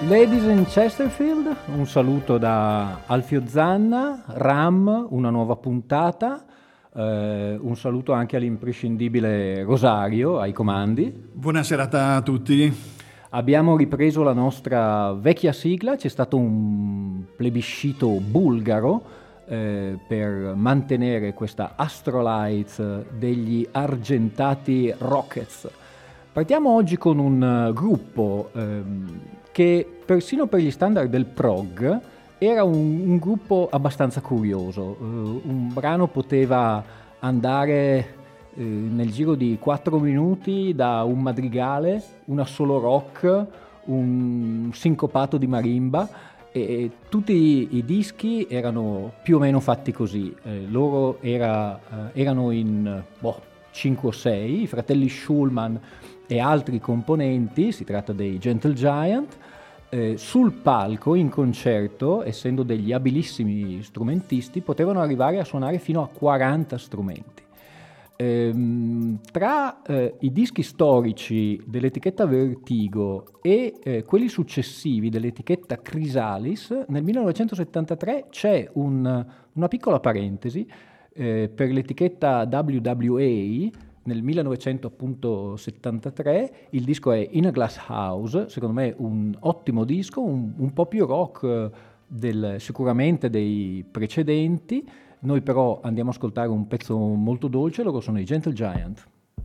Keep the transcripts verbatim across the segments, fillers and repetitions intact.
Ladies in Chesterfield, un saluto da Alfio Zanna, Ram, una nuova puntata, eh, un saluto anche all'imprescindibile Rosario, ai comandi. Buona serata a tutti. Abbiamo ripreso la nostra vecchia sigla, c'è stato un plebiscito bulgaro eh, per mantenere questa Astrolights degli argentati Rockets. Partiamo oggi con un gruppo ehm, che persino per gli standard del prog era un, un gruppo abbastanza curioso. Uh, un brano poteva andare eh, nel giro di quattro minuti da un madrigale, una solo rock, un sincopato di marimba, e tutti i, i dischi erano più o meno fatti così. Eh, loro era, eh, erano in boh, cinque o sei, i fratelli Schulman e altri componenti, si tratta dei Gentle Giant. Eh, sul palco, in concerto, essendo degli abilissimi strumentisti, potevano arrivare a suonare fino a quaranta strumenti. Ehm, tra eh, i dischi storici dell'etichetta Vertigo e eh, quelli successivi dell'etichetta Chrysalis, nel millenovecentosettantatré c'è un, una piccola parentesi eh, per l'etichetta W W A. Nel millenovecentosettantatré il disco è In a Glass House, secondo me un ottimo disco, un, un po' più rock del, sicuramente dei precedenti. Noi però andiamo a ascoltare un pezzo molto dolce, loro sono i Gentle Giant.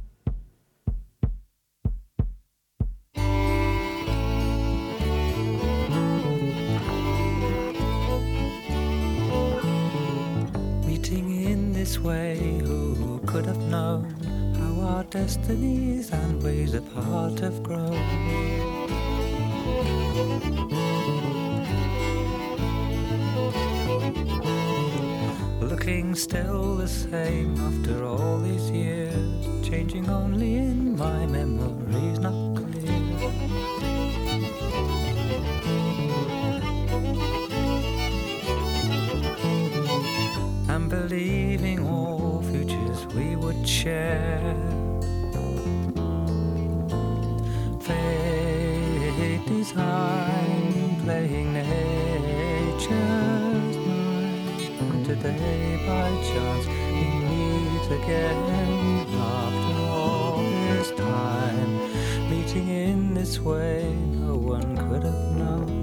Meeting in this way, who could have known our destinies and ways apart have grown. Looking still the same after all these years, changing only in my memories not clear. And believing all futures we would share. Fate design playing nature's mind, and today by chance we meet again after all this time. Meeting in this way no one could have known.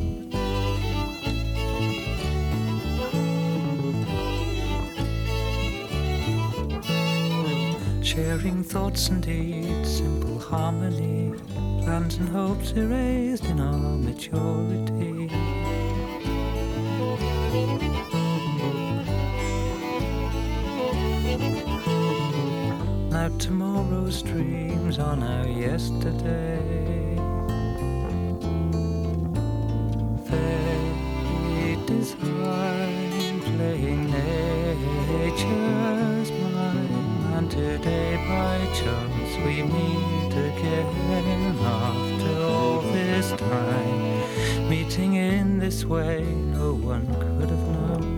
Sharing thoughts and deeds, simple harmony, plans and hopes erased in our maturity. Now tomorrow's dreams are now yesterday. Fate is high, playing nature's mind. And today by chance we meet again after all this time. Meeting in this way no one could have known.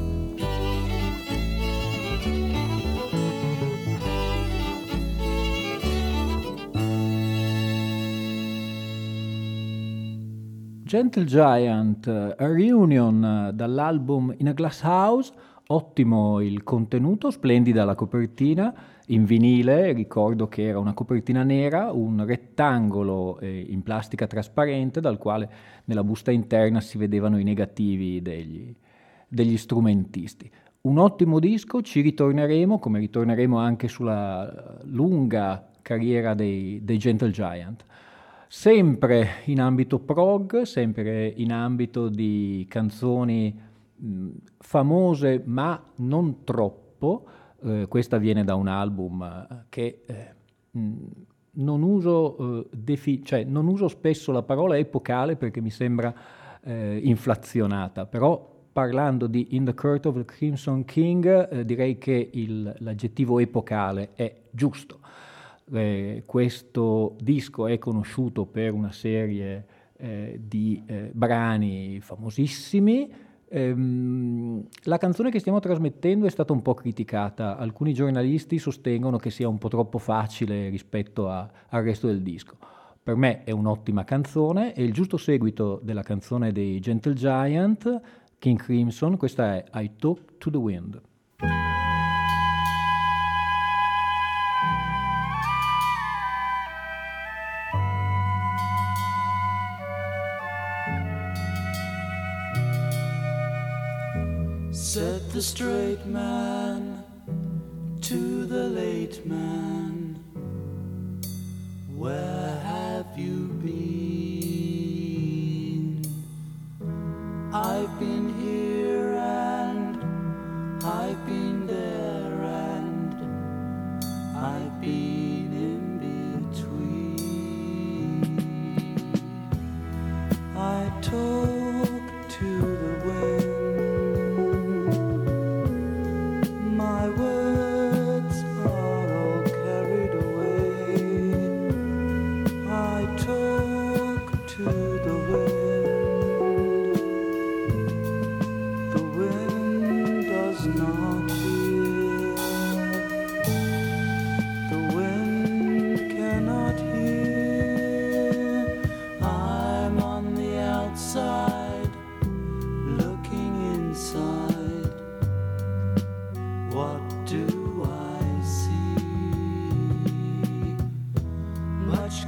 Gentle Giant, a reunion dall'album In a Glass House. Ottimo il contenuto, splendida la copertina in vinile, ricordo che era una copertina nera, un rettangolo eh, in plastica trasparente dal quale nella busta interna si vedevano i negativi degli, degli strumentisti. Un ottimo disco, ci ritorneremo, come ritorneremo anche sulla lunga carriera dei, dei Gentle Giant. Sempre in ambito prog, sempre in ambito di canzoni famose ma non troppo. Eh, questa viene da un album che eh, non uso eh, defi- cioè non uso spesso la parola epocale perché mi sembra eh, inflazionata, però parlando di In the Court of the Crimson King eh, direi che il, l'aggettivo epocale è giusto. Eh, questo disco è conosciuto per una serie eh, di eh, brani famosissimi. Ehm, la canzone che stiamo trasmettendo è stata un po' criticata, alcuni giornalisti sostengono che sia un po' troppo facile rispetto a, al resto del disco. per me è un'ottima canzone, è il giusto seguito della canzone dei Gentle Giant, King Crimson. Questa è I Talk to the Wind. Said the straight man to the late man, where have you been? I've been here and I've been there and I've been in between. I talk to the wind, my words are all carried away. I talk to the wind, the wind does not hear, the wind cannot hear. I'm on the outside looking inside. What do I see? Much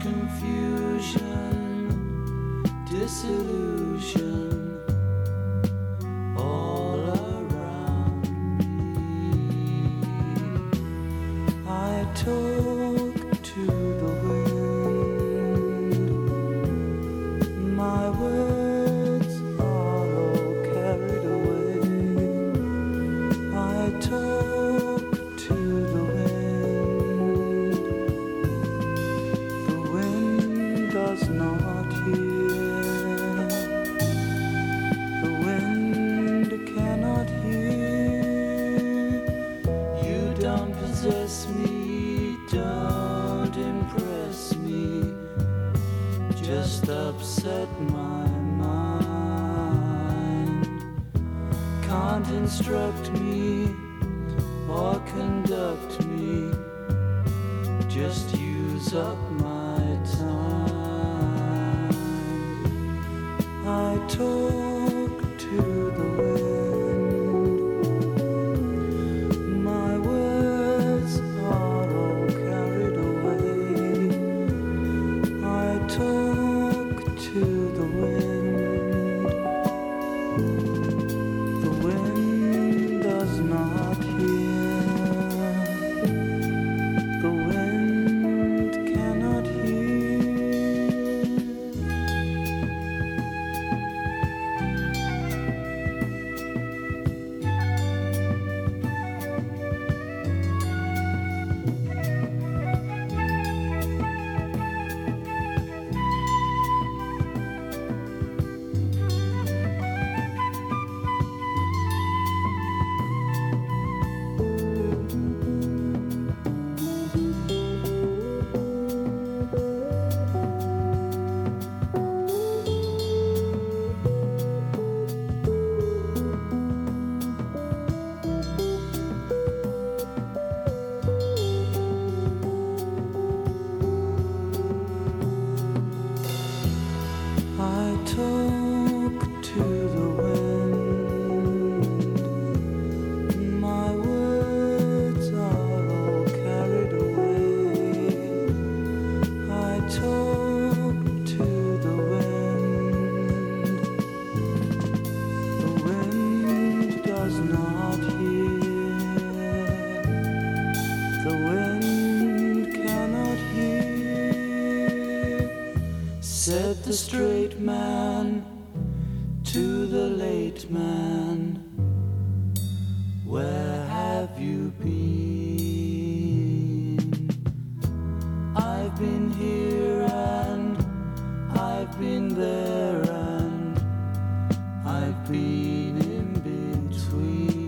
confusion, disillusion all around me. I talk to the wind, my words are all carried away. I talk to the wind, the wind does not hear, the wind cannot hear. You don't possess me, don't impress me, just upset my mind. Can't instruct me or conduct me, just use up my time. I talk to the wind, my words are all carried away. I talk to the wind, the wind does not hear, the wind cannot hear. I talk to the wind, my words are all carried away. I talk to the wind, the wind does not hear, the wind cannot hear. Said the straight man to the late man, where have you been? I've been here and I've been there and I've been in between.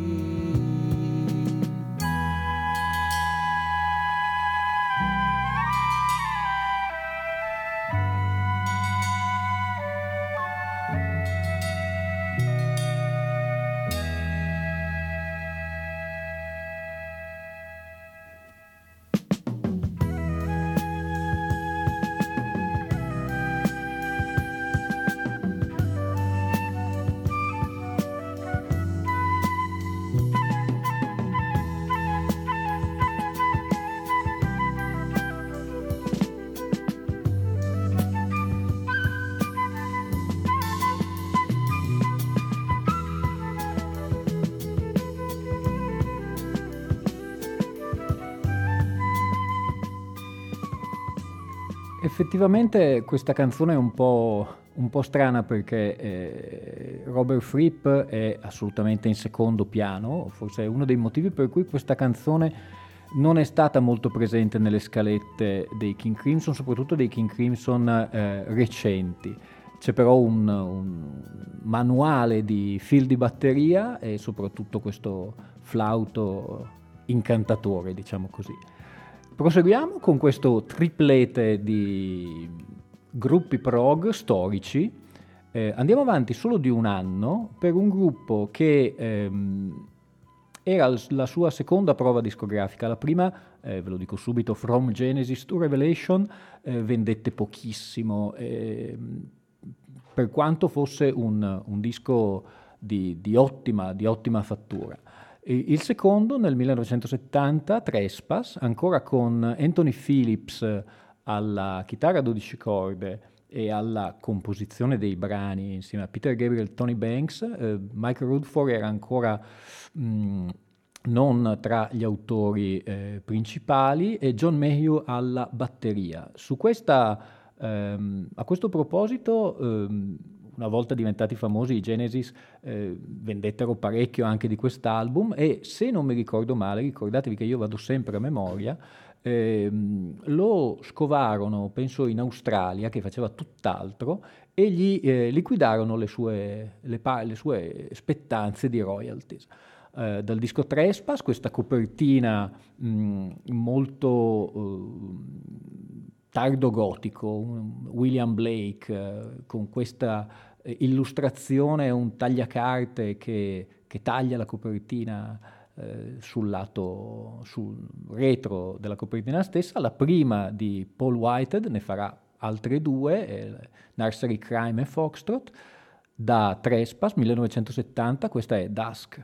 Effettivamente questa canzone è un po', un po' strana perché eh, Robert Fripp è assolutamente in secondo piano, forse è uno dei motivi per cui questa canzone non è stata molto presente nelle scalette dei King Crimson, soprattutto dei King Crimson eh, recenti. C'è però un, un manuale di fil di batteria e soprattutto questo flauto incantatore, diciamo così. Proseguiamo con questo triplete di gruppi prog storici. Eh, andiamo avanti solo di un anno per un gruppo che ehm, era la sua seconda prova discografica. La prima, eh, ve lo dico subito, From Genesis to Revelation, eh, vendette pochissimo, eh, per quanto fosse un, un disco di, di, ottima, di ottima fattura. Il secondo, nel millenovecentosettanta, Trespass, ancora con Anthony Phillips alla chitarra a dodici corde e alla composizione dei brani insieme a Peter Gabriel e Tony Banks. eh, Michael Rutherford era ancora mh, non tra gli autori eh, principali e John Mayhew alla batteria. Su questa, ehm, a questo proposito, ehm, una volta diventati famosi i Genesis eh, vendettero parecchio anche di quest'album e, se non mi ricordo male, ricordatevi che io vado sempre a memoria, ehm, lo scovarono, penso in Australia, che faceva tutt'altro, e gli eh, liquidarono le sue, le, pa- le sue spettanze di royalties. Eh, dal disco Trespass, questa copertina mh, molto eh, tardo gotico, un William Blake eh, con questa eh, illustrazione, un tagliacarte che, che taglia la copertina eh, sul lato, sul retro della copertina stessa. La prima di Paul Whitehead, ne farà altre due, eh, Nursery Crime e Foxtrot. Da Trespass, millenovecentosettanta, questa è Dusk.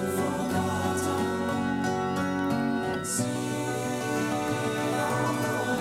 See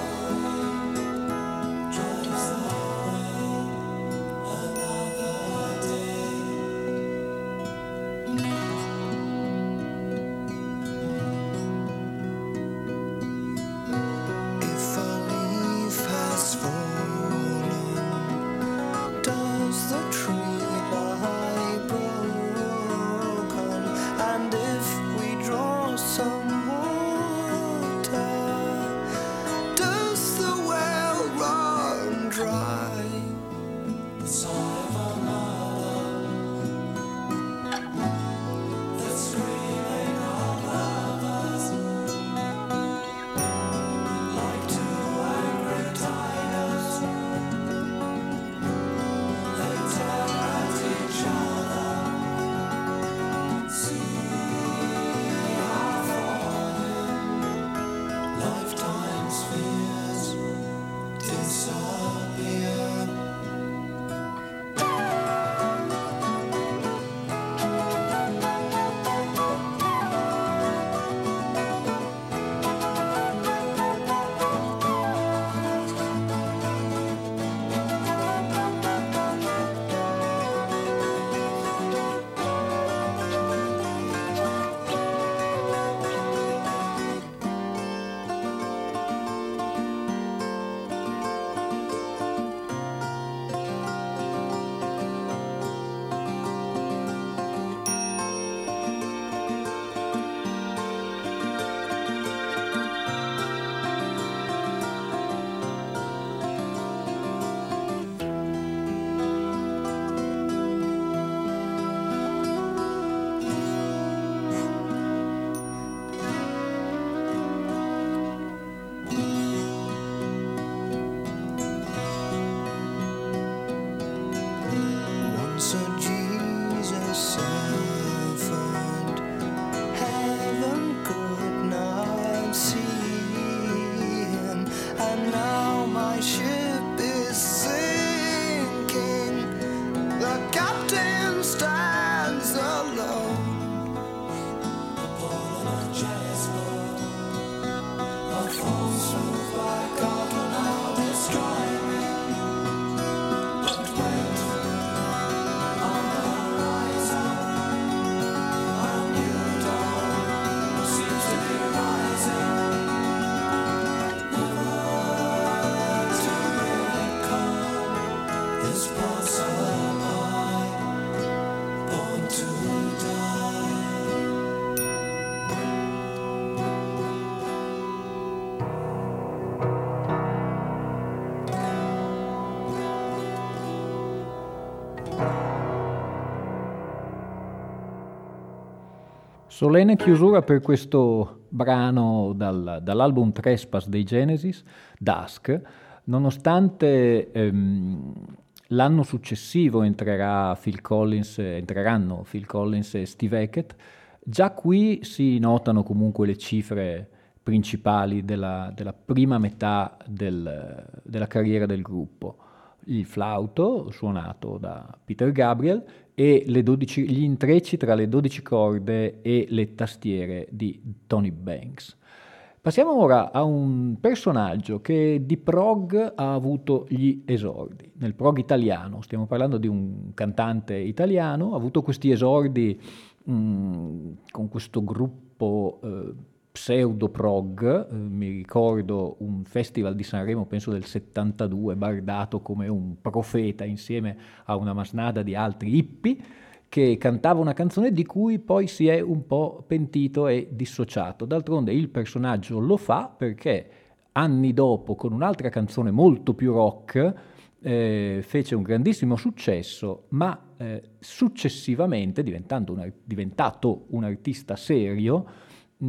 Solenne chiusura per questo brano dal, dall'album Trespass dei Genesis, Dusk, nonostante ehm, l'anno successivo entrerà Phil Collins, entreranno Phil Collins e Steve Hackett, già qui si notano comunque le cifre principali della, della prima metà del, della carriera del gruppo. Il flauto suonato da Peter Gabriel e le dodici, gli intrecci tra le dodici corde e le tastiere di Tony Banks. Passiamo ora a un personaggio che di prog ha avuto gli esordi, nel prog italiano, stiamo parlando di un cantante italiano, ha avuto questi esordi mh, con questo gruppo eh, pseudo-prog, eh, mi ricordo un festival di Sanremo, penso del settantadue, bardato come un profeta insieme a una masnada di altri hippie, che cantava una canzone di cui poi si è un po' pentito e dissociato. D'altronde il personaggio lo fa perché anni dopo, con un'altra canzone molto più rock, eh, fece un grandissimo successo, ma eh, successivamente, diventando un, diventato un artista serio,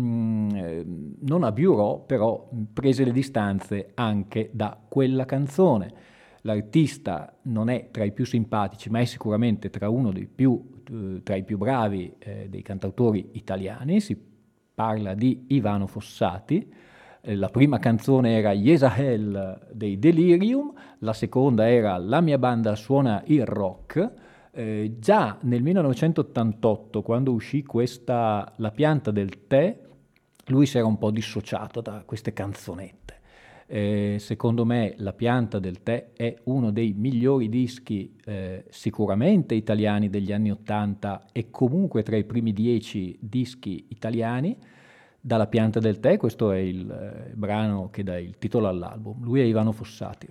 non a Bureau, però prese le distanze anche da quella canzone. L'artista non è tra i più simpatici, ma è sicuramente tra uno dei più, eh, tra i più bravi eh, dei cantautori italiani. Si parla di Ivano Fossati. Eh, la prima canzone era Yesahel dei Delirium, la seconda era La mia banda suona il rock. Eh, già nel millenovecentottantotto, quando uscì questa La pianta del tè, lui si era un po' dissociato da queste canzonette. Eh, secondo me La pianta del tè è uno dei migliori dischi eh, sicuramente italiani degli anni Ottanta e comunque tra i primi dieci dischi italiani. Dalla pianta del tè, questo è il eh, brano che dà il titolo all'album. Lui è Ivano Fossati.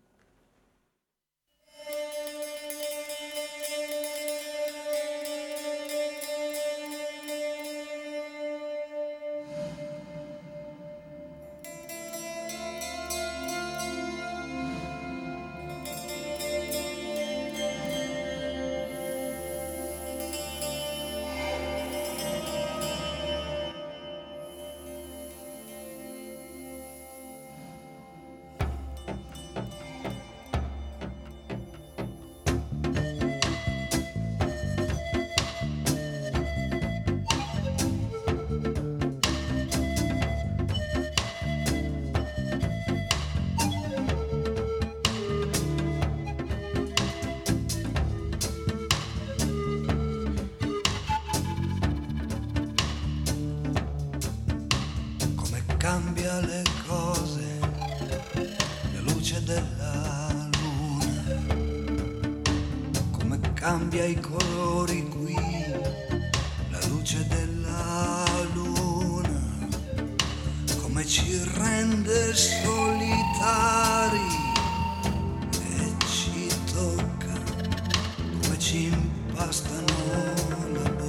Cambia le cose, la luce della luna, come cambia i colori qui, la luce della luna, come ci rende solitari e ci tocca, come ci impastano la bocca.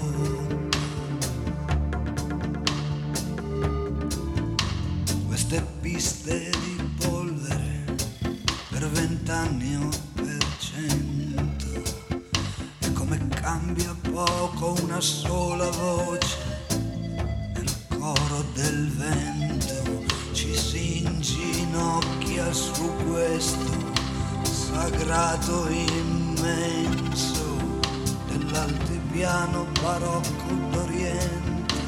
Queste piste di polvere per vent'anni o per cento, e come cambia poco una sola voce nel coro del vento, ci si inginocchia su questo sagrato immenso dell'altipiano barocco d'Oriente.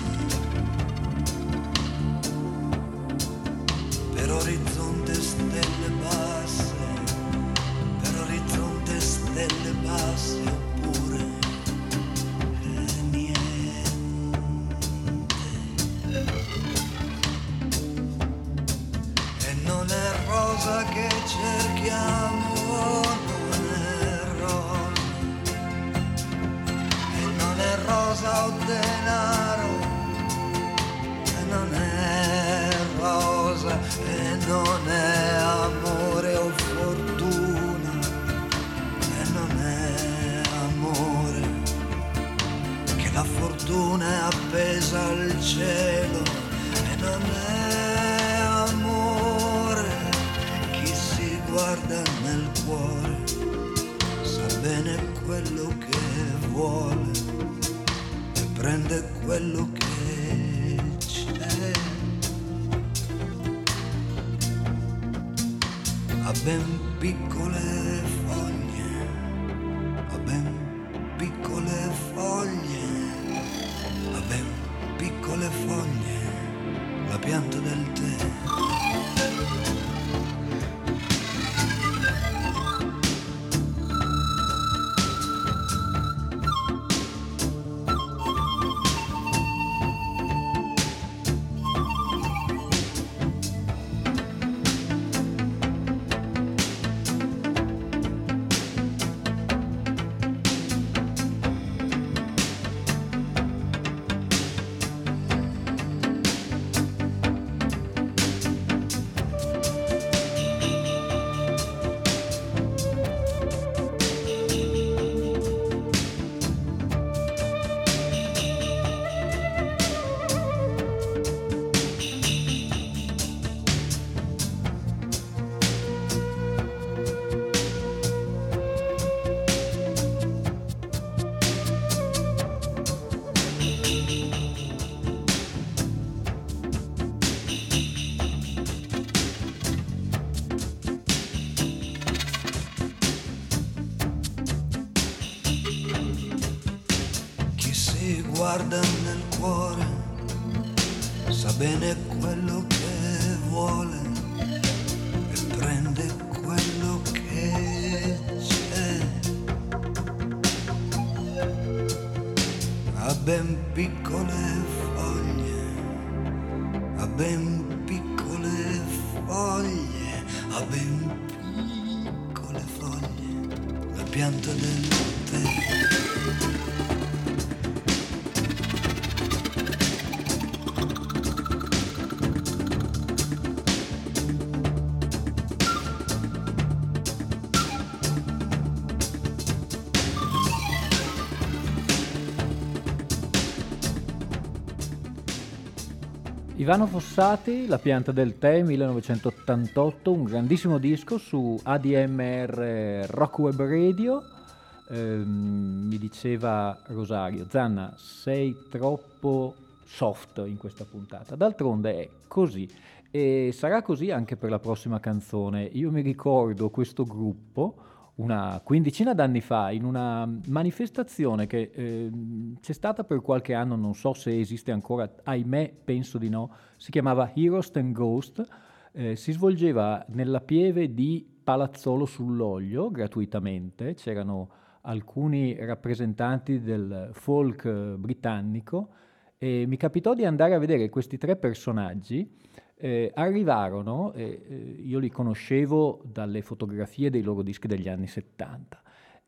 Per orizzonte stelle basse, per orizzonte stelle basse, oppure eh, niente. E non è rosa che cerchiamo, non è rosa, e non è rosa o denaro, e non è rosa, e non è amore o fortuna, e non è amore, che la fortuna è appesa al cielo, e non è amore, chi si guarda nel cuore sa bene quello che vuole e prende quello che a ben piccole foglie, a ben piccole foglie, a ben piccole foglie, la pianta del tè. Guarda nel cuore, sa bene quello che vuole e prende quello che c'è. Ha ben piccole foglie, ha ben piccole foglie, ha ben piccole foglie, la pianta del tè. Ivano Fossati, La pianta del tè, millenovecentottantotto, un grandissimo disco su A D M R Rock Web Radio. Eh, mi diceva Rosario, Zanna, sei troppo soft in questa puntata. D'altronde è così e sarà così anche per la prossima canzone. Io mi ricordo questo gruppo una quindicina d'anni fa in una manifestazione che eh, c'è stata per qualche anno, non so se esiste ancora, ahimè penso di no, si chiamava Heroes and Ghost, eh, si svolgeva nella pieve di Palazzolo sull'Oglio gratuitamente, c'erano alcuni rappresentanti del folk britannico e mi capitò di andare a vedere questi tre personaggi. Eh, arrivarono, eh, eh, io li conoscevo dalle fotografie dei loro dischi degli anni settanta,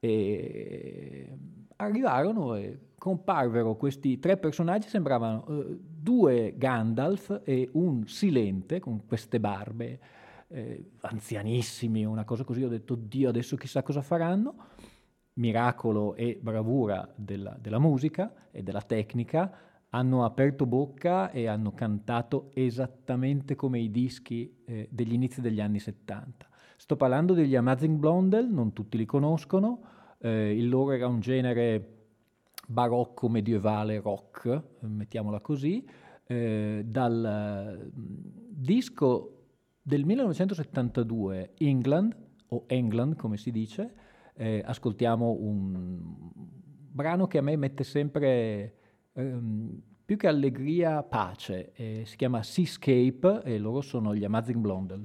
e arrivarono e comparvero questi tre personaggi, sembravano eh, due Gandalf e un Silente con queste barbe, eh, anzianissimi, una cosa così. Ho detto, Dio, adesso chissà cosa faranno. Miracolo e bravura della, della musica e della tecnica, hanno aperto bocca e hanno cantato esattamente come i dischi eh, degli inizi degli anni settanta. Sto parlando degli Amazing Blondel, non tutti li conoscono, eh, il loro era un genere barocco medievale rock, mettiamola così, eh, dal uh, disco del millenovecentosettantadue England, o England come si dice, eh, ascoltiamo un brano che a me mette sempre... Um, più che allegria, pace, eh, si chiama Seascape e loro sono gli Amazing Blondel.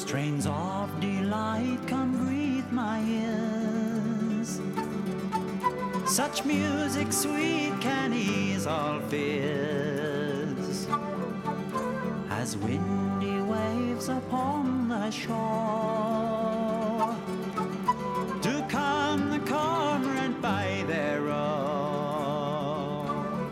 Strains of delight come greet my ears. Such music sweet can ease all fears. As windy waves upon the shore do come the cormorant by their roar.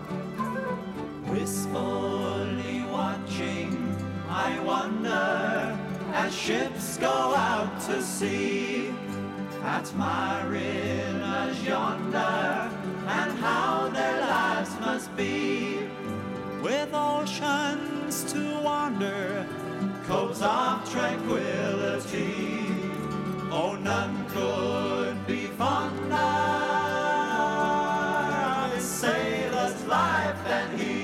Wistfully watching, I wonder, as ships go out to sea, at mariners yonder, and how their lives must be. With oceans to wander, coves of tranquility, oh, none could be fonder of a sailor's life than he.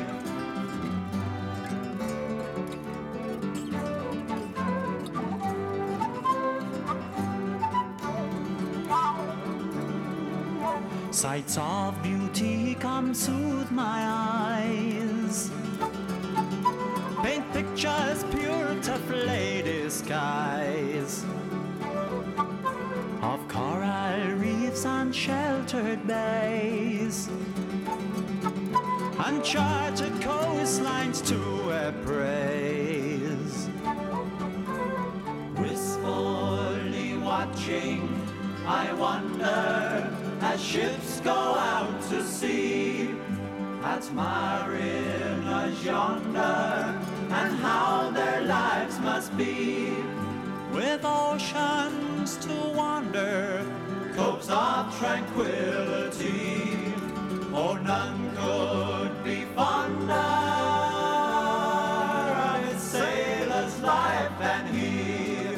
Sights of beauty come soothe my eyes, paint pictures pure to lady skies, of coral reefs and sheltered bays, uncharted coastlines to appraise. Wistfully watching, I wonder, as ships go out to sea, at mariners yonder, and how their lives must be. With oceans to wander, coves of tranquility, oh, none could be fonder of a sailor's life than he.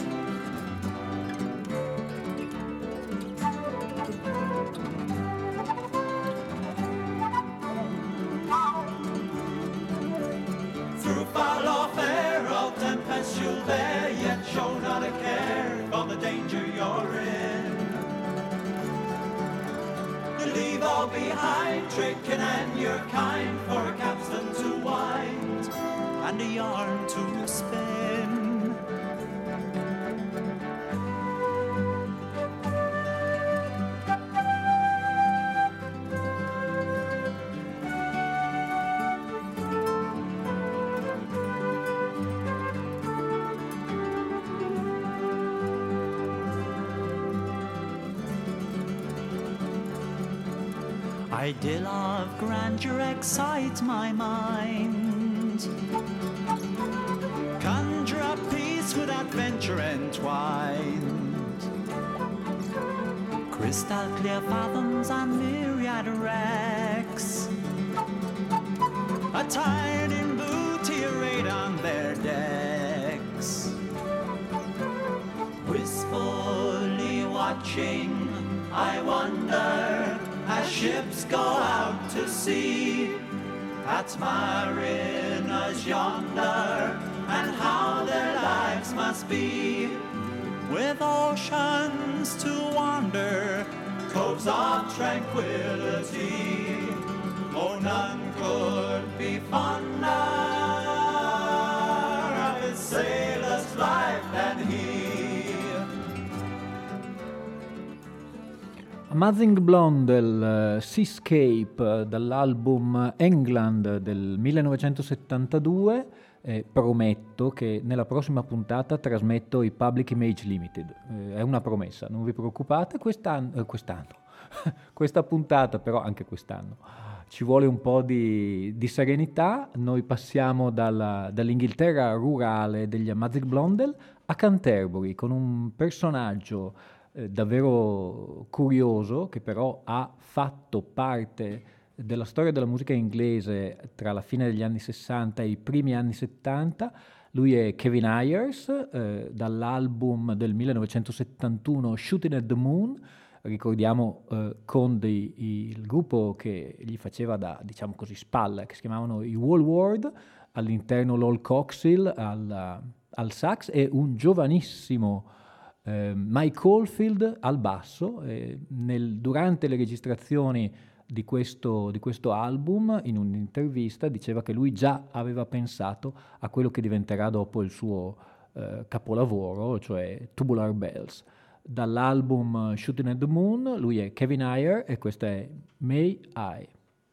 You'll bear, yet show not a care for the danger you're in. You leave all behind, tricking and you're kind, for a capstan to wind and a yarn to spin. Idyll of grandeur excites my mind, conjure up peace with adventure entwined, crystal clear fathoms and myriad wrecks, attired in booty arrayed on their decks. Wistfully watching, I wonder, as ships go out to sea, at mariners yonder, and how their lives must be. With oceans to wander, coves of tranquility, oh, none could be fonder of a sailor's life than he. Amazing Blonde, Seascape, dall'album England del millenovecentosettantadue. Eh, prometto che nella prossima puntata trasmetto i Public Image Limited. Eh, è una promessa, non vi preoccupate. Quest'anno, eh, quest'anno. questa puntata, però anche quest'anno, ci vuole un po' di, di serenità. Noi passiamo dalla, dall'Inghilterra rurale degli Amazing Blonde a Canterbury, con un personaggio davvero curioso, che però ha fatto parte della storia della musica inglese tra la fine degli anni sessanta e i primi anni settanta. Lui è Kevin Ayers, eh, dall'album del millenovecentosettantuno Shooting at the Moon. Ricordiamo eh, con dei, il gruppo che gli faceva da, diciamo così, spalla, che si chiamavano i Wall Ward, all'interno Lol Coxhill al, al sax, e un giovanissimo Uh, Mike Oldfield al basso. Eh, nel, durante le registrazioni di questo, di questo album, in un'intervista diceva che lui già aveva pensato a quello che diventerà dopo il suo eh, capolavoro, cioè Tubular Bells. Dall'album Shooting at the Moon, lui è Kevin Ayer e questa è May I.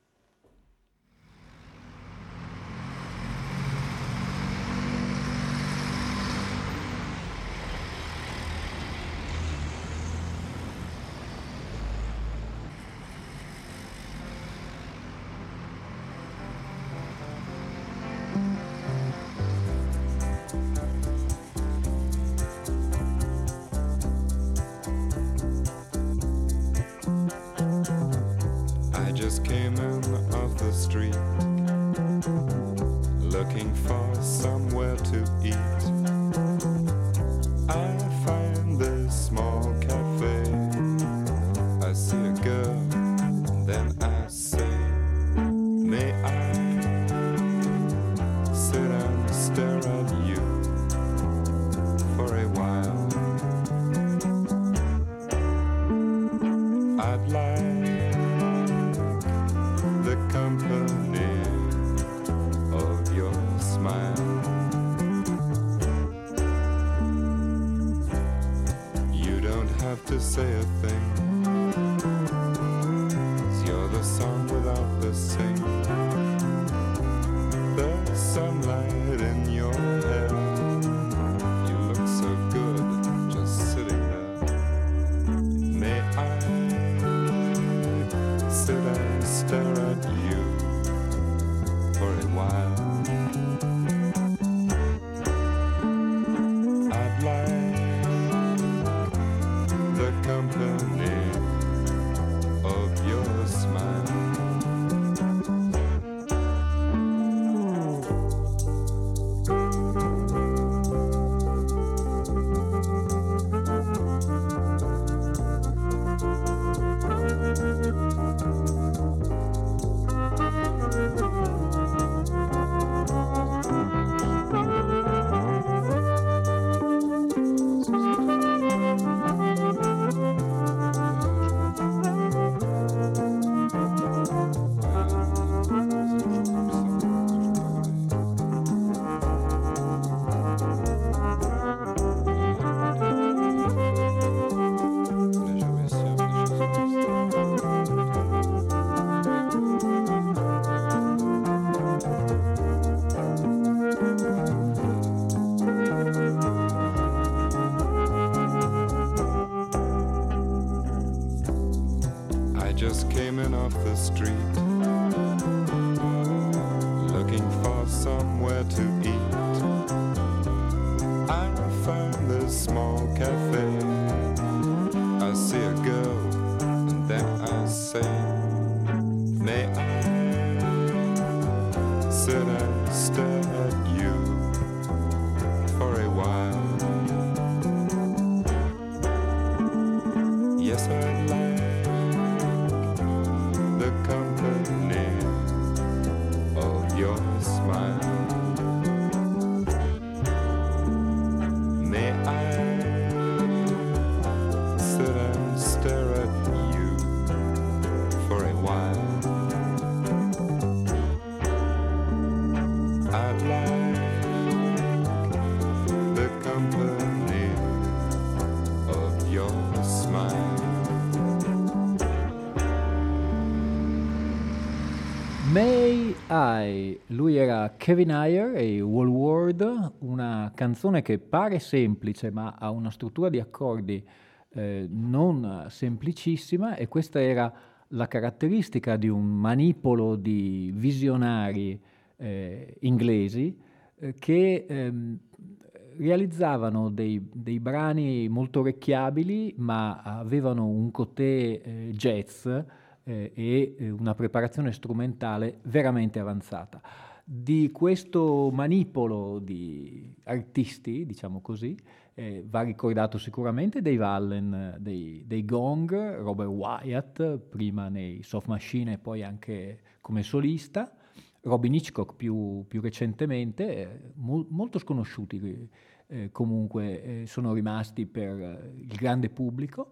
May I, lui era Kevin Ayer e Whole World, una canzone che pare semplice ma ha una struttura di accordi eh, non semplicissima, e questa era la caratteristica di un manipolo di visionari eh, inglesi eh, che ehm, realizzavano dei, dei brani molto orecchiabili ma avevano un côté eh, jazz Eh, e eh, una preparazione strumentale veramente avanzata. Di questo manipolo di artisti, diciamo così, eh, va ricordato sicuramente Dave Allen dei, dei Gong, Robert Wyatt, prima nei Soft Machine e poi anche come solista, Robin Hitchcock più, più recentemente, eh, mo- molto sconosciuti eh, comunque eh, sono rimasti per eh, il grande pubblico,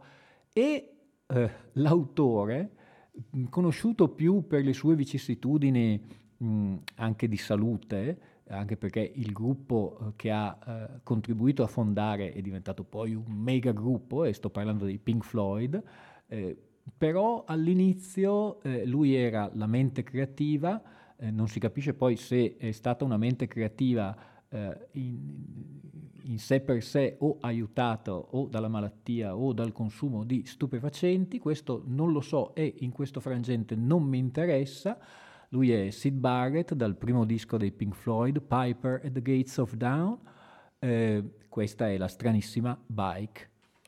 e eh, l'autore, conosciuto più per le sue vicissitudini mh, anche di salute, anche perché il gruppo eh, che ha eh, contribuito a fondare è diventato poi un mega gruppo, e sto parlando dei Pink Floyd, eh, però all'inizio eh, lui era la mente creativa, eh, non si capisce poi se è stata una mente creativa eh, in, in sé per sé o aiutato o dalla malattia o dal consumo di stupefacenti, questo non lo so e in questo frangente non mi interessa. Lui è Syd Barrett dal primo disco dei Pink Floyd, Piper at the Gates of Dawn. Eh, questa è la stranissima Bike.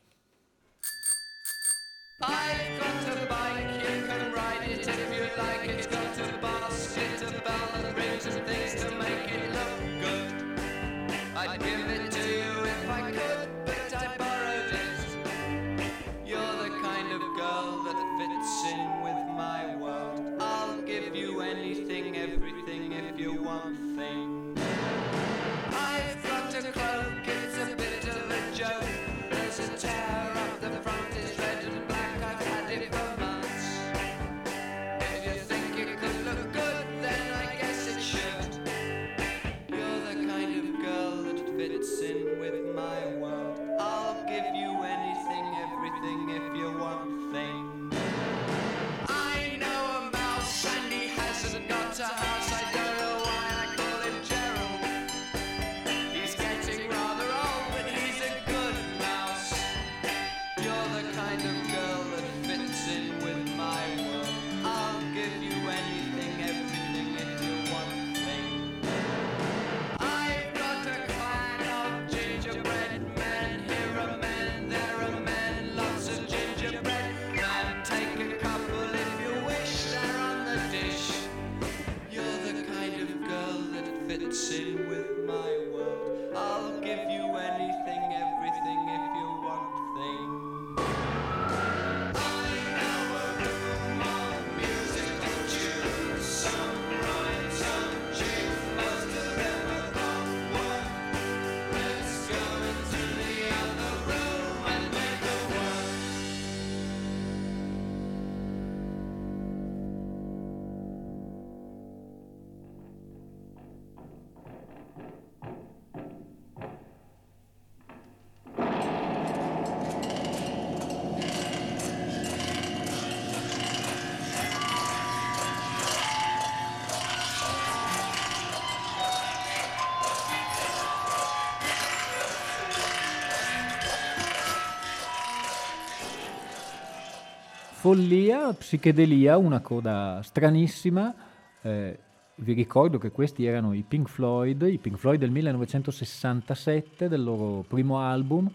I've got a bike, you can ride it if you like. It's got a basket, a bell and rings and things to make it look good. I'd give it to you if I could, but I borrowed it. You're the kind of girl that fits in with my world. I'll give you anything, everything, if you want things. I've got a cloak, it's a bit of a joke. There's a tear up the front, it's red and black, I've had it for months. If you think it could look good, then I guess it should. You're the kind of girl that fits in with my world. I'll give you anything, everything, if you want things. I know a mouse and he hasn't got a house. I don't know why I call him Gerald. He's getting rather old, but he's a good mouse. You're the kind of girl that fits in with my world. I'll give you anything, everything, if you want things. I've got a clan of gingerbread men. Here are men, there are men, lots of gingerbread men. Take a couple if you wish, they're on the dish. You're the kind of girl that fits in with my world. I'll give you anything, everything, if you want things. I know a room of musical tunes, some rhyme, some jig, most of them are not work. Let's go into the other room and make it work. Follia, psichedelia, una coda stranissima. Eh, vi ricordo che questi erano i Pink Floyd, i Pink Floyd del millenovecentosessantasette, del loro primo album,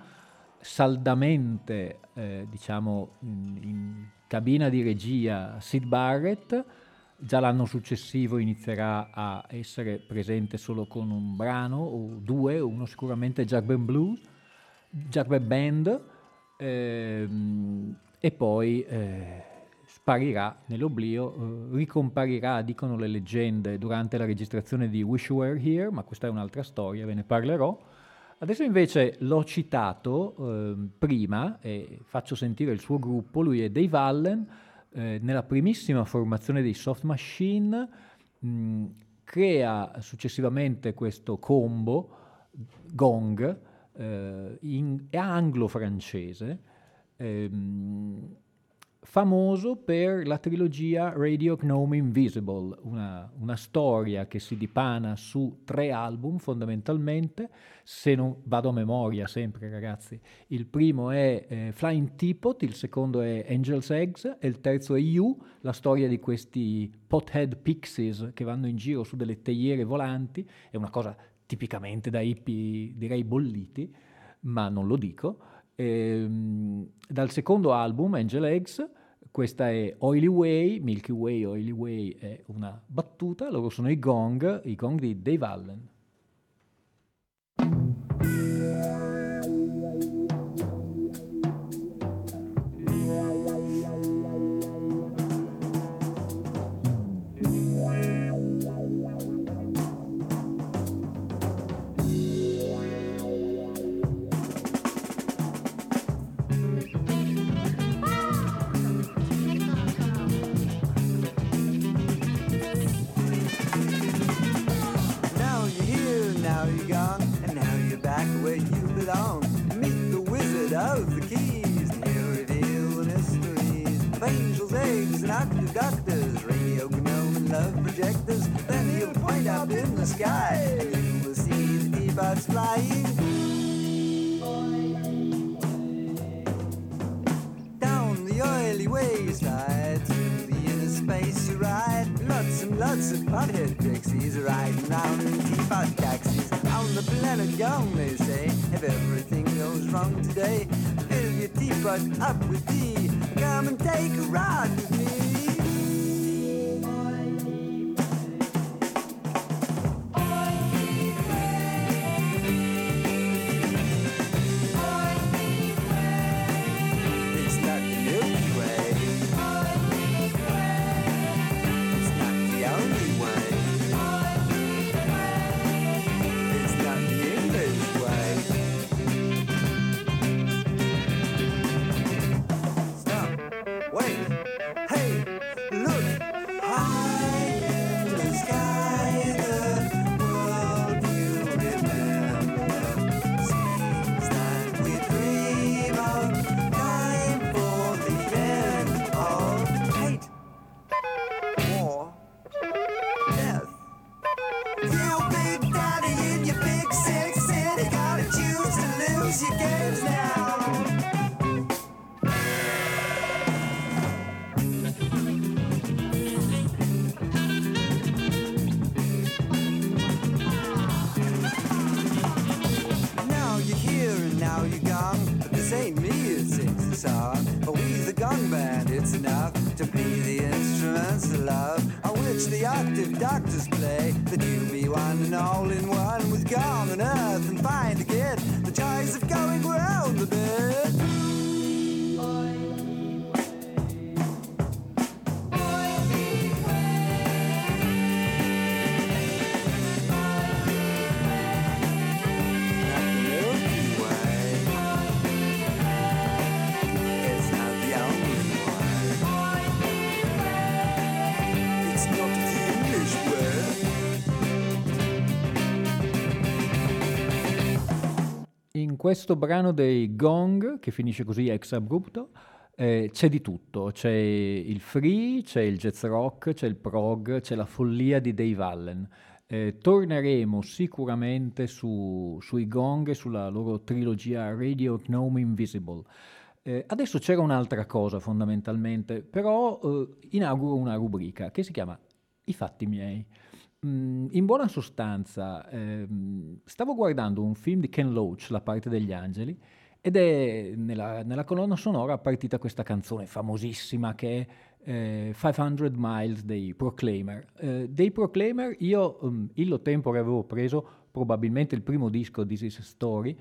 saldamente, eh, diciamo, in, in cabina di regia Syd Barrett. Già l'anno successivo inizierà a essere presente solo con un brano o due, uno sicuramente Jackband Blues, Jackband Band, ehm, e poi eh, sparirà nell'oblio, eh, ricomparirà, dicono le leggende, durante la registrazione di Wish You Were Here, ma questa è un'altra storia, ve ne parlerò. Adesso invece l'ho citato eh, prima e faccio sentire il suo gruppo. Lui è Dave Allen, eh, nella primissima formazione dei Soft Machine, mh, crea successivamente questo combo gong eh, in, anglo-francese, ehm, famoso per la trilogia Radio Gnome Invisible, una, una storia che si dipana su tre album fondamentalmente, se non vado a memoria sempre ragazzi. Il primo è eh, Flying Teapot, il secondo è Angel's Eggs e il terzo è You, la storia di questi pothead pixies che vanno in giro su delle teiere volanti. È una cosa tipicamente da hippie, direi bolliti, ma non lo dico. Ehm, dal secondo album, Angel Eggs, questa è Oily Way, Milky Way, Oily Way è una battuta, loro sono i Gong, i Gong di Dave Allen. Now you hear detectors, radio gnome and love projectors. Then he'll point up in the sky, and you will see the teapots flying. Down the oily wayside, through the inner space you ride. Lots and lots of pothead pixies riding round in teapot taxis. On the planet gone, they say, if everything goes wrong today, fill your teapot up with tea. Come and take a ride with me. It's not the Milky Way. It's not the only way. It's not the English way. Stop. Wait. Hey, look. High in the sky, the world you remember seems that we dream of. Time for the end of hate, war, death. You big daddy in your big six city, gotta choose to lose your games now. Now you're here and now you're gone, but this ain't me that sings the song. But we the gong band, it's enough to be the instruments of love, on which the octave doctors play. That you be one and all in one with gong and earth, and find again the joys of going round the bed. Not the Milky Way. It's not the only way. It's not the English way. In questo brano dei Gong, che finisce così ex abrupto, eh, c'è di tutto. C'è il free, c'è il jazz rock, c'è il prog, c'è la follia di Dave Allen. Eh, torneremo sicuramente su, sui Gong e sulla loro trilogia Radio Gnome Invisible. Eh, adesso c'era un'altra cosa fondamentalmente, però eh, inauguro una rubrica che si chiama I fatti miei. Mm, in buona sostanza, ehm, stavo guardando un film di Ken Loach, La parte degli angeli, ed è nella, nella colonna sonora partita questa canzone famosissima che è eh, cinquecento Miles dei Proclaimer. Eh, dei Proclaimer io um, illo tempore avevo preso probabilmente il primo disco This Is a Story,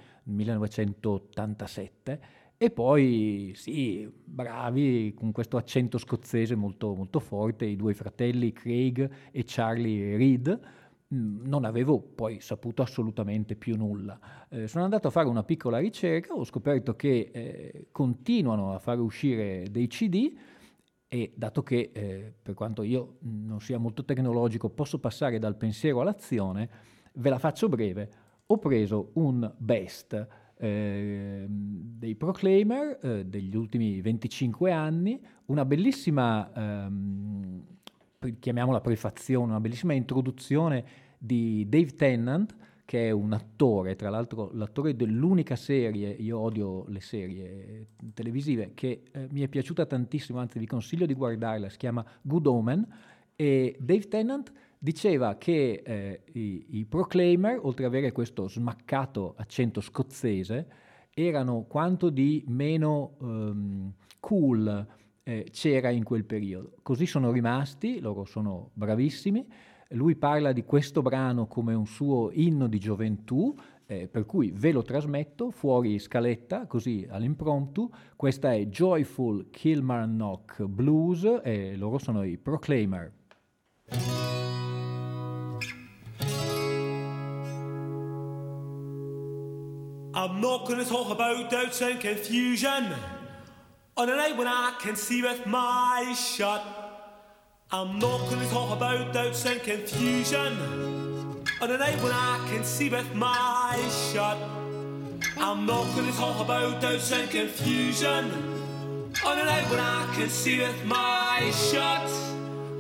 millenovecentottantasette, e poi sì, bravi, con questo accento scozzese molto, molto forte, i due fratelli Craig e Charlie Reid. Non avevo poi saputo assolutamente più nulla. Eh, sono andato a fare una piccola ricerca, ho scoperto che eh, continuano a fare uscire dei C D, e dato che eh, per quanto io non sia molto tecnologico posso passare dal pensiero all'azione, ve la faccio breve. Ho preso un best eh, dei Proclaimer eh, degli ultimi venticinque anni, una bellissima ehm, chiamiamola prefazione, una bellissima introduzione di Dave Tennant, che è un attore, tra l'altro l'attore dell'unica serie, io odio le serie televisive, che eh, mi è piaciuta tantissimo, anzi vi consiglio di guardarla, si chiama Good Omen, e Dave Tennant diceva che eh, i, i Proclaimer, oltre ad avere questo smaccato accento scozzese, erano quanto di meno um, cool eh, c'era in quel periodo. Così sono rimasti, loro sono bravissimi. Lui parla di questo brano come un suo inno di gioventù, eh, per cui ve lo trasmetto fuori scaletta, così all'impromptu. Questa è Joyful Kilmarnock Blues e loro sono i Proclaimer. I'm not gonna talk about doubts and confusion on a night when I can see with my eyes shut. I'm not gonna talk about doubts and confusion on a night when I can see with my eyes shut. I'm not gonna talk about doubts and confusion on a night when I can see with my eyes shut.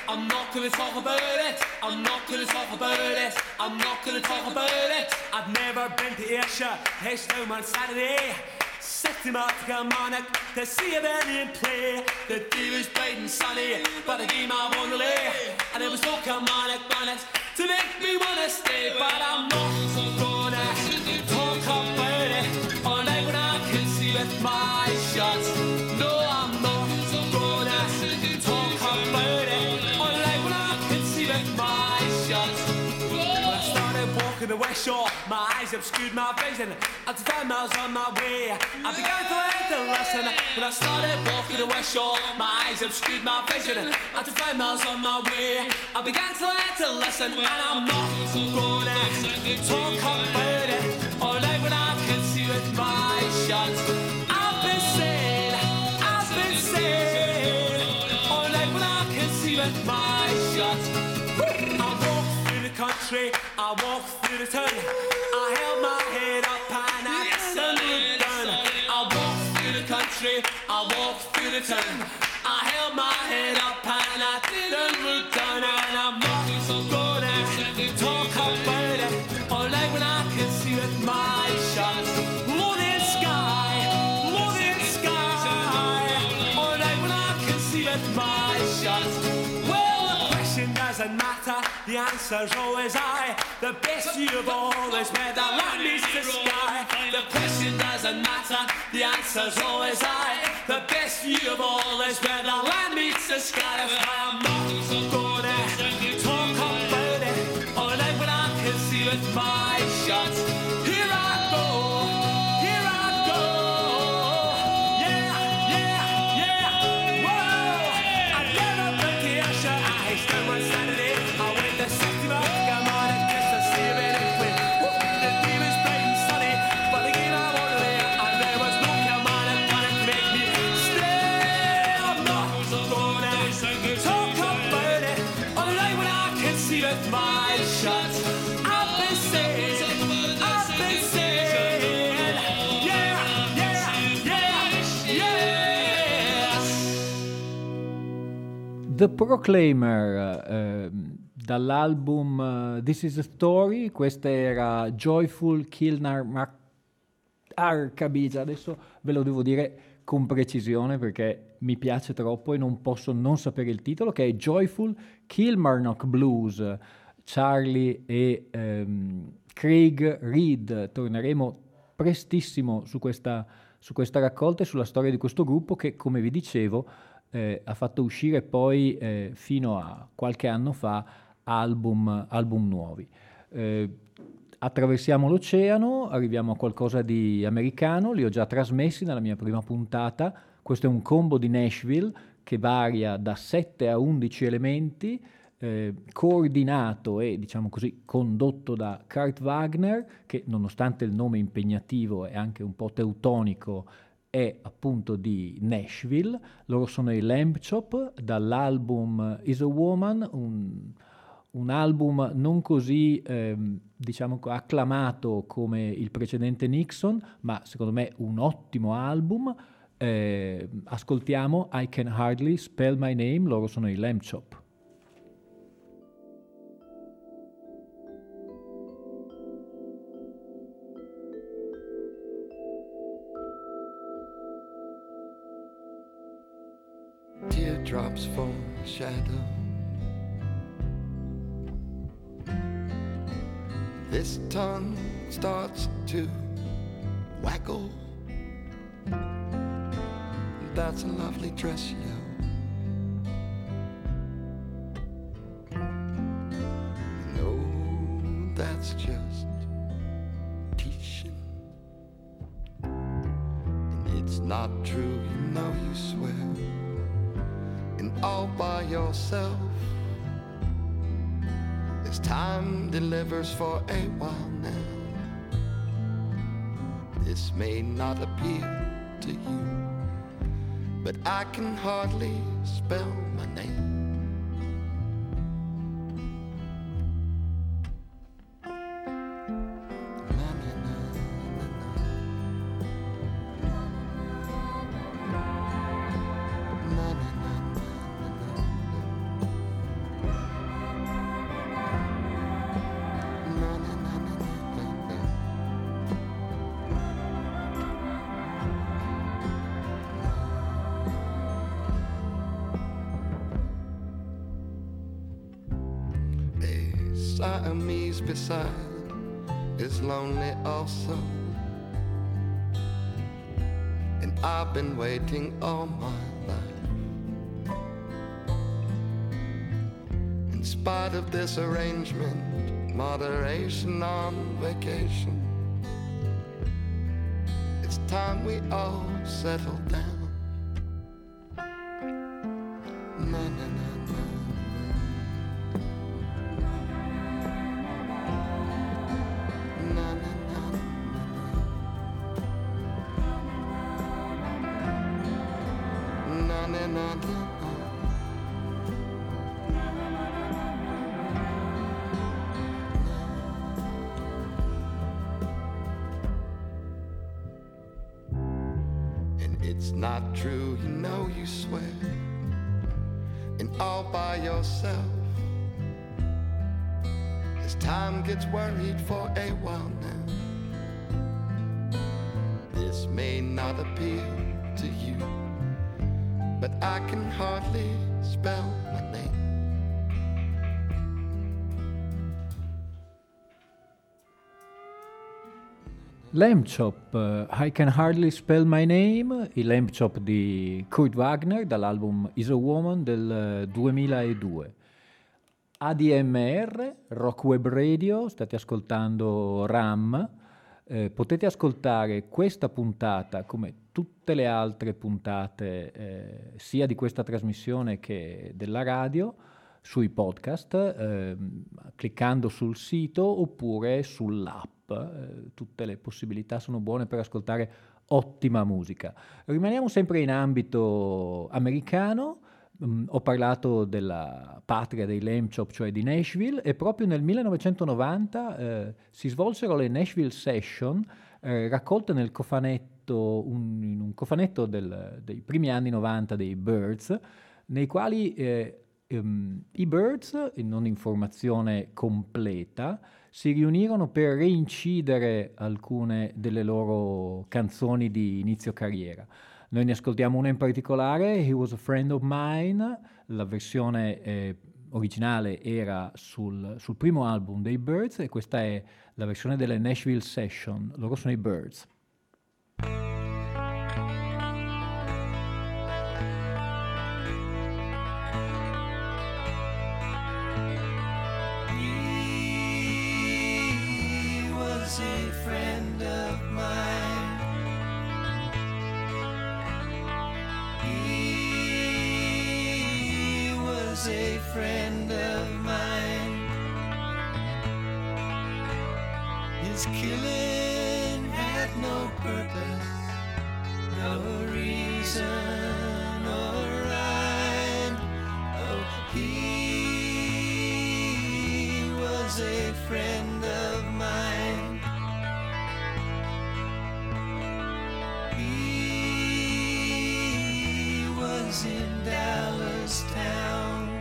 I'm not gonna talk about it. I'm not gonna talk about it. I'm not gonna talk about it. I've never been to Ayrshire, Heston on Saturday. Systematic harmonic to see a band in play. The day was bright and sunny, but the game I won the lay. And there was no harmonic bonnets to make me wanna stay. But I'm not gonna talk about it all night when I can see with my shots. No, I'm not gonna talk about it all night when I can see with my shots. When I started walking the West Shore, my eyes obscured my vision. After five miles on my way, I began to learn to listen. When I started walking the West Shore, my eyes obscured my vision. After five miles on my way, I began to learn to listen. And I'm not gonna talk about it all night when I can see with my shots. I've been saying, I've been saying all night when I can see with my shots. I walk through the country, I walk through the town. I held my head up and I didn't look down. I walk through the country, I walk through the town. I held my head up and I didn't look down. And I'm not gonna talk about it all night when I can see with my shots. Morning sky, morning sky, all night when I can see with my shots. Well, the question doesn't matter, the answer's always I. The best view of all is where the land meets the sky. The question doesn't matter, the answer's always I. The best view of all is where the land meets the sky. That's why I'm not gonna talk about it all night when I can see with my shots. Here I go, here I go, yeah, yeah, yeah, whoa. I've never been to Ayrshire, I spent one Saturday. I went to Systematic Harmonic just to see a bit of play. The day was bright and sunny, but the game I won the lay. And there was no harmonic trying to make me stay. I'm not gonna talk about it all night when I can see with my shots. I've been saying, I've been saying, yeah, yeah, yeah, yeah. The Proclaimer, eh, dall'album uh, This Is a Story. Questa era Joyful Kilnar Arcabiza. Adesso ve lo devo dire con precisione perché mi piace troppo e non posso non sapere il titolo, che è Joyful Kilmarnock Blues. Charlie e ehm, Craig Reed. Torneremo prestissimo su questa, su questa raccolta e sulla storia di questo gruppo che, come vi dicevo, eh, ha fatto uscire poi eh, fino a qualche anno fa album, album nuovi. Eh, attraversiamo l'oceano, arriviamo a qualcosa di americano, li ho già trasmessi nella mia prima puntata. Questo è un combo di Nashville che varia da sette a undici elementi, Eh, coordinato e, diciamo così, condotto da Kurt Wagner, che nonostante il nome impegnativo e anche un po' teutonico è appunto di Nashville. Loro sono i Lamb Chop, dall'album Is a Woman, un, un album non così ehm, diciamo acclamato come il precedente Nixon, ma secondo me un ottimo album. Eh, ascoltiamo I Can Hardly Spell My Name. Loro sono i Lamb Chop. Teardrops from shadow. This tongue starts to waggle. That's a lovely dress, yo. No, that's just teaching. And it's not true, you know you swear. And all by yourself, as time delivers for a while now. This may not appeal to you, but I can hardly spell my name. Siamese beside is lonely also. And I've been waiting all my life. In spite of this arrangement, moderation on vacation, it's time we all settle down. Na, na, na. It's not true, you know you swear, and all by yourself. As time gets worried for a while now, this may not appeal to you, but I can hardly spell my name. Lamb Chop, uh, I Can Hardly Spell My Name, il Lamb Chop di Kurt Wagner dall'album Is a Woman del uh, duemiladue. A D M R, Rock Web Radio, state ascoltando RAM, eh, potete ascoltare questa puntata come tutte le altre puntate eh, sia di questa trasmissione che della radio sui podcast, eh, cliccando sul sito oppure sull'app. Eh, tutte le possibilità sono buone per ascoltare ottima musica. Rimaniamo sempre in ambito americano. Mm, ho parlato della patria dei Lamb Chop, cioè di Nashville, e proprio nel millenovecentonovanta eh, si svolsero le Nashville Session, eh, raccolte nel cofanetto, un, in un cofanetto del, dei primi anni novanta dei Byrds, nei quali eh, Um, i Byrds, non informazione completa, si riunirono per reincidere alcune delle loro canzoni di inizio carriera. Noi ne ascoltiamo una in particolare, He Was a Friend of Mine. La versione eh, originale era sul, sul primo album dei Byrds e questa è la versione delle Nashville Session. Loro sono i Byrds. A friend of mine. He was a friend of mine. His killing had no purpose, no reason or rhyme. Oh, he was a friend of mine. In Dallas town,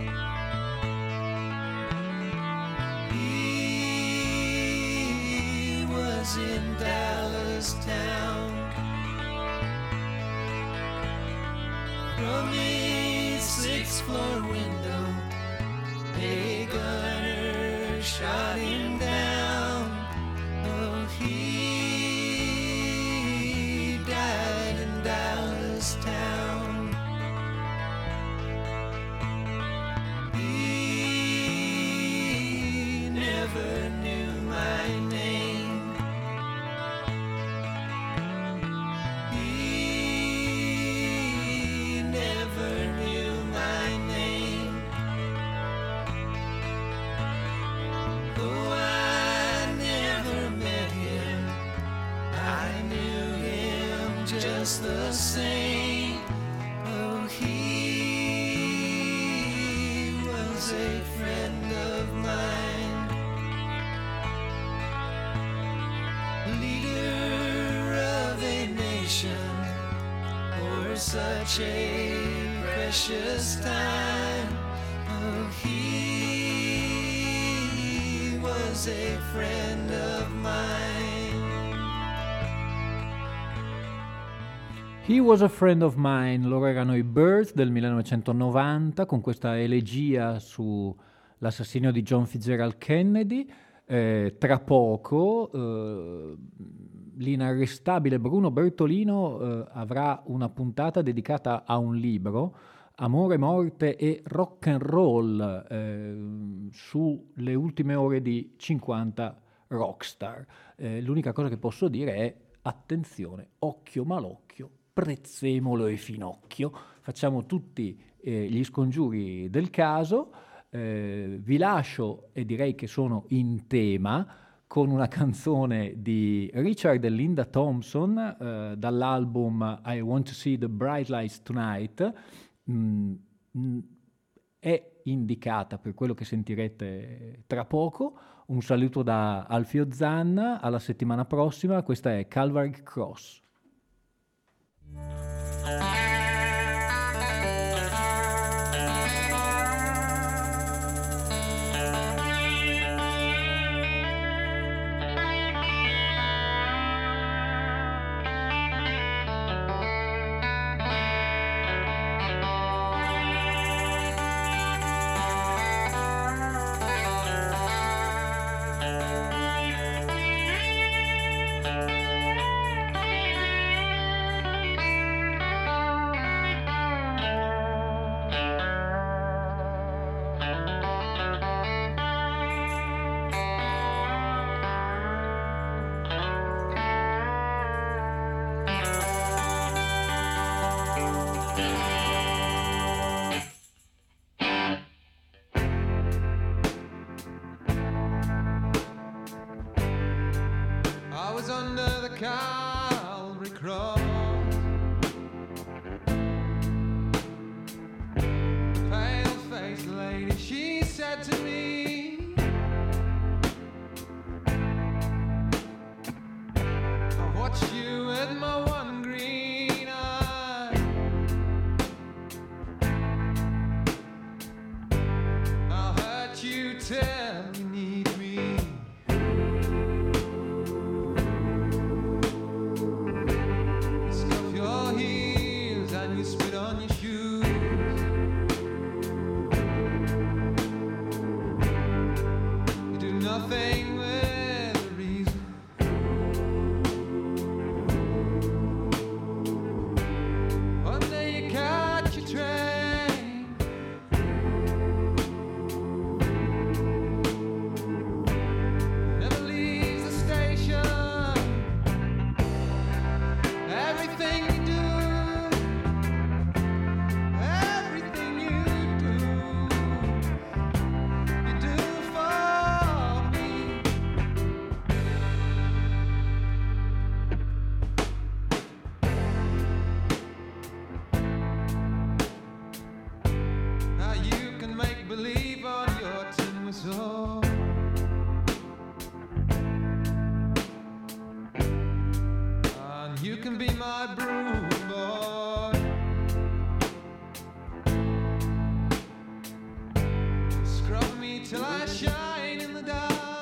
he was in Dallas town. From a sixth floor window, a gunner shot him down. Oh, he died in Dallas town. Never knew my name. He never knew my name. Though I never met him, I knew him just the same. Oh, he was a friend of mine. For such a precious time, oh, he was a friend of mine. He Was a Friend of Mine, loro erano i Byrds del millenovecentonovanta con questa elegia sulla l'assassinio di John Fitzgerald Kennedy. Eh, tra poco eh, l'inarrestabile Bruno Bertolino eh, avrà una puntata dedicata a un libro, Amore, morte e rock and roll, eh, sulle ultime ore di cinquanta rockstar. Eh, l'unica cosa che posso dire è attenzione, occhio malocchio, prezzemolo e finocchio. Facciamo tutti eh, gli scongiuri del caso. Eh, vi lascio, e direi che sono in tema, con una canzone di Richard e Linda Thompson eh, dall'album I Want to See the Bright Lights Tonight. Mm, mm, è indicata per quello che sentirete tra poco. Un saluto da Alfio Zanna, alla settimana prossima. Questa è Calvary Cross. Calvary cross, pale-faced lady, she said to me, I watched you with my one green eye. I heard you tell you need me. You spit on your shoes. You do nothing with a reason. One day you catch your train, never leaves the station. Everything you do, believe on your tin whistle. And you can be my broom boy. Scrub me till I shine in the dark.